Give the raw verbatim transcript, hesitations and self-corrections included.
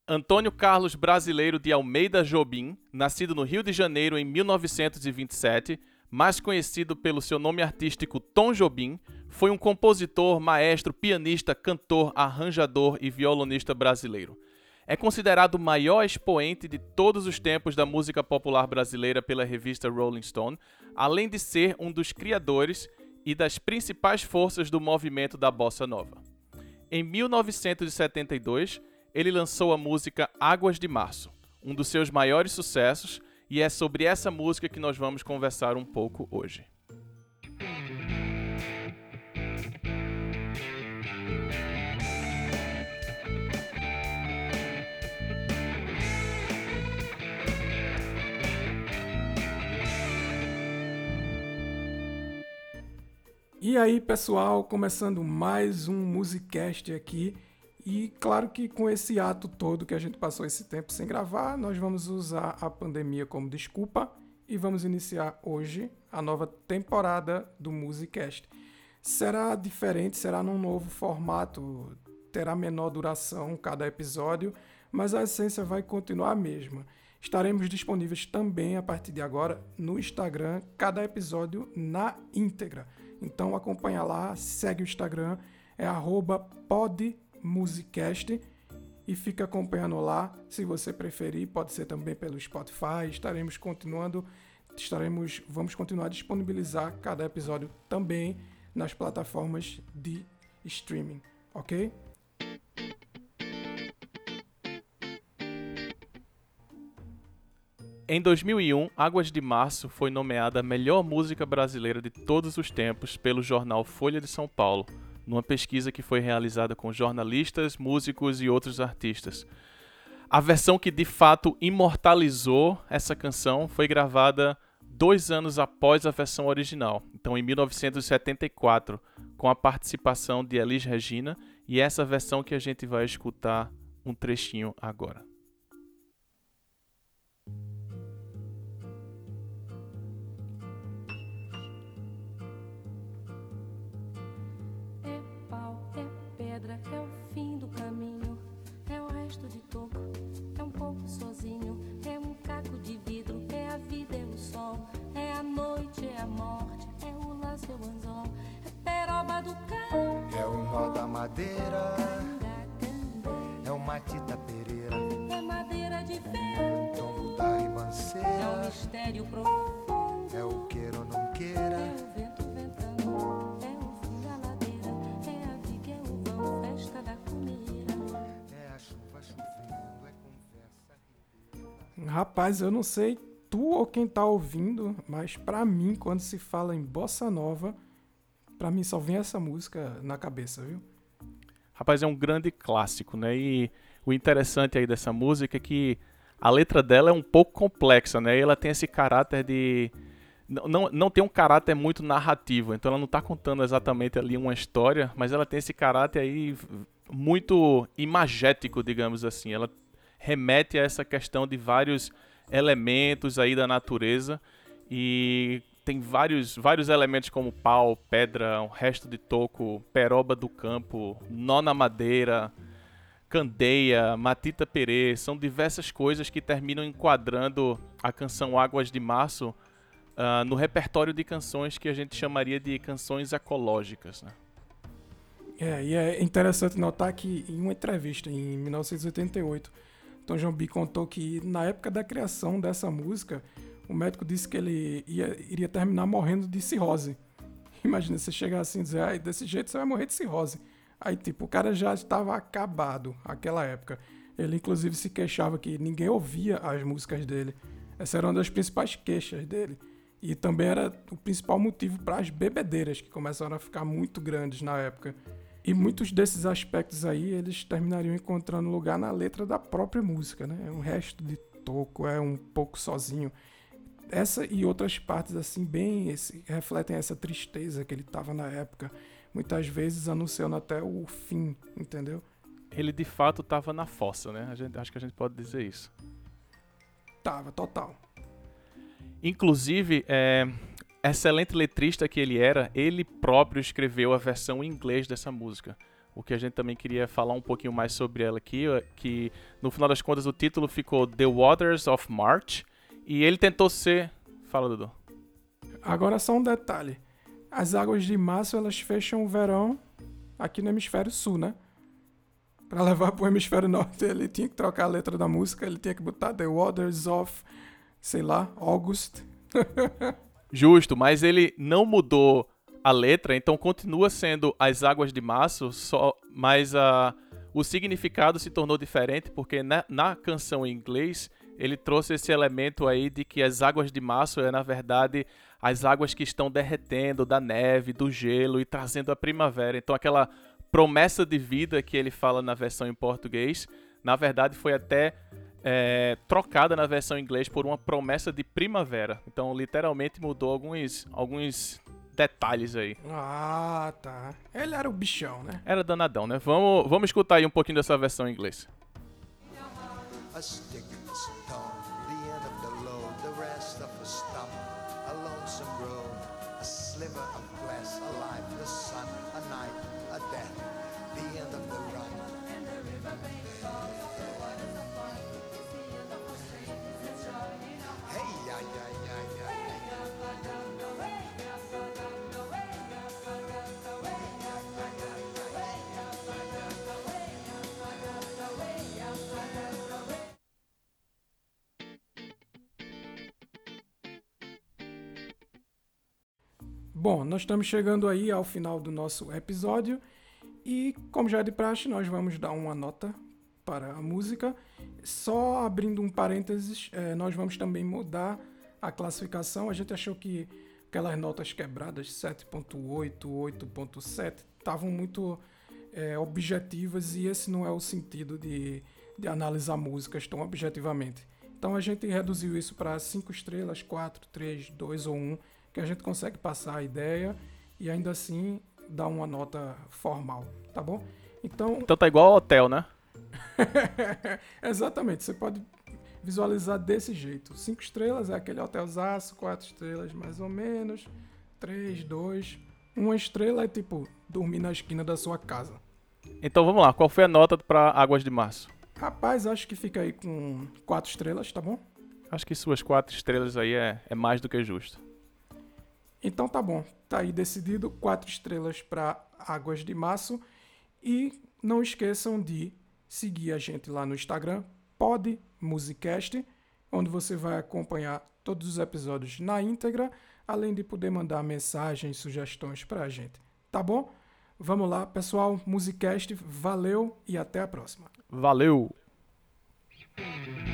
Antônio Carlos Brasileiro de Almeida Jobim, nascido no Rio de Janeiro em mil novecentos e vinte e sete, mais conhecido pelo seu nome artístico Tom Jobim, foi um compositor, maestro, pianista, cantor, arranjador e violonista brasileiro. É considerado o maior expoente de todos os tempos da música popular brasileira pela revista Rolling Stone, além de ser um dos criadores e das principais forças do movimento da Bossa Nova. Em mil novecentos e setenta e dois, ele lançou a música Águas de Março, um dos seus maiores sucessos, e é sobre essa música que nós vamos conversar um pouco hoje. E aí, pessoal, começando mais um Musicast aqui. E claro que com esse ato todo que a gente passou esse tempo sem gravar, nós vamos usar a pandemia como desculpa e vamos iniciar hoje a nova temporada do Musicast. Será diferente, será num novo formato, terá menor duração cada episódio, mas a essência vai continuar a mesma. Estaremos disponíveis também a partir de agora no Instagram, cada episódio na íntegra. Então acompanha lá, segue o Instagram, é arroba podmusicast e fica acompanhando lá. Se você preferir, pode ser também pelo Spotify. Estaremos continuando, estaremos, vamos continuar a disponibilizar cada episódio também nas plataformas de streaming, ok? Em dois mil e um, Águas de Março foi nomeada a melhor música brasileira de todos os tempos pelo jornal Folha de São Paulo, numa pesquisa que foi realizada com jornalistas, músicos e outros artistas. A versão que de fato imortalizou essa canção foi gravada dois anos após a versão original, então em mil novecentos e setenta e quatro, com a participação de Elis Regina, e essa versão que a gente vai escutar um trechinho agora. É o fim do caminho, é o resto de toco, é um pouco sozinho, é um caco de vidro, é a vida, é o sol, é a noite, é a morte, é o laço, é o anzol, é peroba do campo, é o nó da madeira, é o Matita Pereira, é madeira de vento, tombo da ribanceira, é o mistério profundo, é o queira ou não queira, é o vento ventando, é o fim da ladeira, é a viga, é o vão, festa da comeira, é a chuva chovendo, é conversa. Rapaz, eu não sei tu ou quem tá ouvindo, mas pra mim, quando se fala em Bossa Nova, pra mim só vem essa música na cabeça, viu? Rapaz, é um grande clássico, né? E o interessante aí dessa música é que a letra dela é um pouco complexa, né? E ela tem esse caráter de... Não, não, não tem um caráter muito narrativo, então ela não está contando exatamente ali uma história, mas ela tem esse caráter aí muito imagético, digamos assim. Ela remete a essa questão de vários elementos aí da natureza e tem vários, vários elementos como pau, pedra, um resto de toco, peroba do campo, nó na madeira, candeia, matita perê. São diversas coisas que terminam enquadrando a canção Águas de Março Uh, no repertório de canções que a gente chamaria de canções ecológicas, né? É, e é interessante notar que em uma entrevista em mil novecentos e oitenta e oito, Tom Jobim contou que na época da criação dessa música, o médico disse que ele ia, iria terminar morrendo de cirrose. Imagina você chegar assim e dizer, ah, desse jeito você vai morrer de cirrose. Aí, tipo, o cara já estava acabado naquela época. Ele, inclusive, se queixava que ninguém ouvia as músicas dele. Essa era uma das principais queixas dele. E também era o principal motivo para as bebedeiras, que começaram a ficar muito grandes na época. E muitos desses aspectos aí, eles terminariam encontrando lugar na letra da própria música, né? Um resto de toco, é um pouco sozinho. Essa e outras partes, assim, bem esse, refletem essa tristeza que ele estava na época. Muitas vezes anunciando até o fim, entendeu? Ele, de fato, estava na fossa, né? A gente, acho que a gente pode dizer isso. Tava, total. Inclusive, é, excelente letrista que ele era, ele próprio escreveu a versão em inglês dessa música. o que a gente também queria falar um pouquinho mais sobre ela aqui, que no final das contas o título ficou The Waters of March, e ele tentou ser... Fala, Dudu. Agora só um detalhe. As águas de março, elas fecham o verão aqui no hemisfério sul, né? Pra levar pro hemisfério norte, ele tinha que trocar a letra da música, ele tinha que botar The Waters of, sei lá, August. Justo, mas ele não mudou a letra, então continua sendo As Águas de Março, só, mas a, o significado se tornou diferente, porque na, na canção em inglês ele trouxe esse elemento aí de que as águas de março é, na verdade, as águas que estão derretendo da neve, do gelo e trazendo a primavera. Então aquela promessa de vida que ele fala na versão em português, na verdade foi até é, trocada na versão em inglês por uma promessa de primavera. Então literalmente mudou alguns, alguns detalhes aí. Ah, tá. Ele era o bichão, né? Era danadão, né? Vamos, vamos escutar aí um pouquinho dessa versão em inglês. A stick, a stone, the end of the load, the rest of a stump, a lonesome road, a sliver of glass, a life, the sun, a night, a death, the end of the run. Hey, yeah, yeah, yeah, yeah, Bom, nós estamos chegando aí ao final do nosso episódio e, como já é de praxe, nós vamos dar uma nota para a música. Só abrindo um parênteses, eh, nós vamos também mudar a classificação. A gente achou que aquelas notas quebradas, sete ponto oito, oito ponto sete, estavam muito eh, objetivas e esse não é o sentido de, de analisar músicas tão objetivamente. Então a gente reduziu isso para cinco estrelas, quatro, três, dois ou um, que a gente consegue passar a ideia e ainda assim dar uma nota formal, tá bom? Então, Então tá igual ao hotel, né? exatamente, você pode visualizar desse jeito. Cinco estrelas é aquele hotelzaço, quatro estrelas mais ou menos, três, dois. Uma estrela é tipo dormir na esquina da sua casa. Então vamos lá, qual foi a nota para Águas de Março? Rapaz, acho que fica aí com quatro estrelas, tá bom? Acho que suas quatro estrelas aí é, é mais do que justo. Então tá bom, tá aí decidido, quatro estrelas para Águas de Março. E não esqueçam de seguir a gente lá no Instagram, PodMusicast, onde você vai acompanhar todos os episódios na íntegra, além de poder mandar mensagens, sugestões para a gente. Tá bom? Vamos lá, pessoal, Musicast, valeu e até a próxima. Valeu!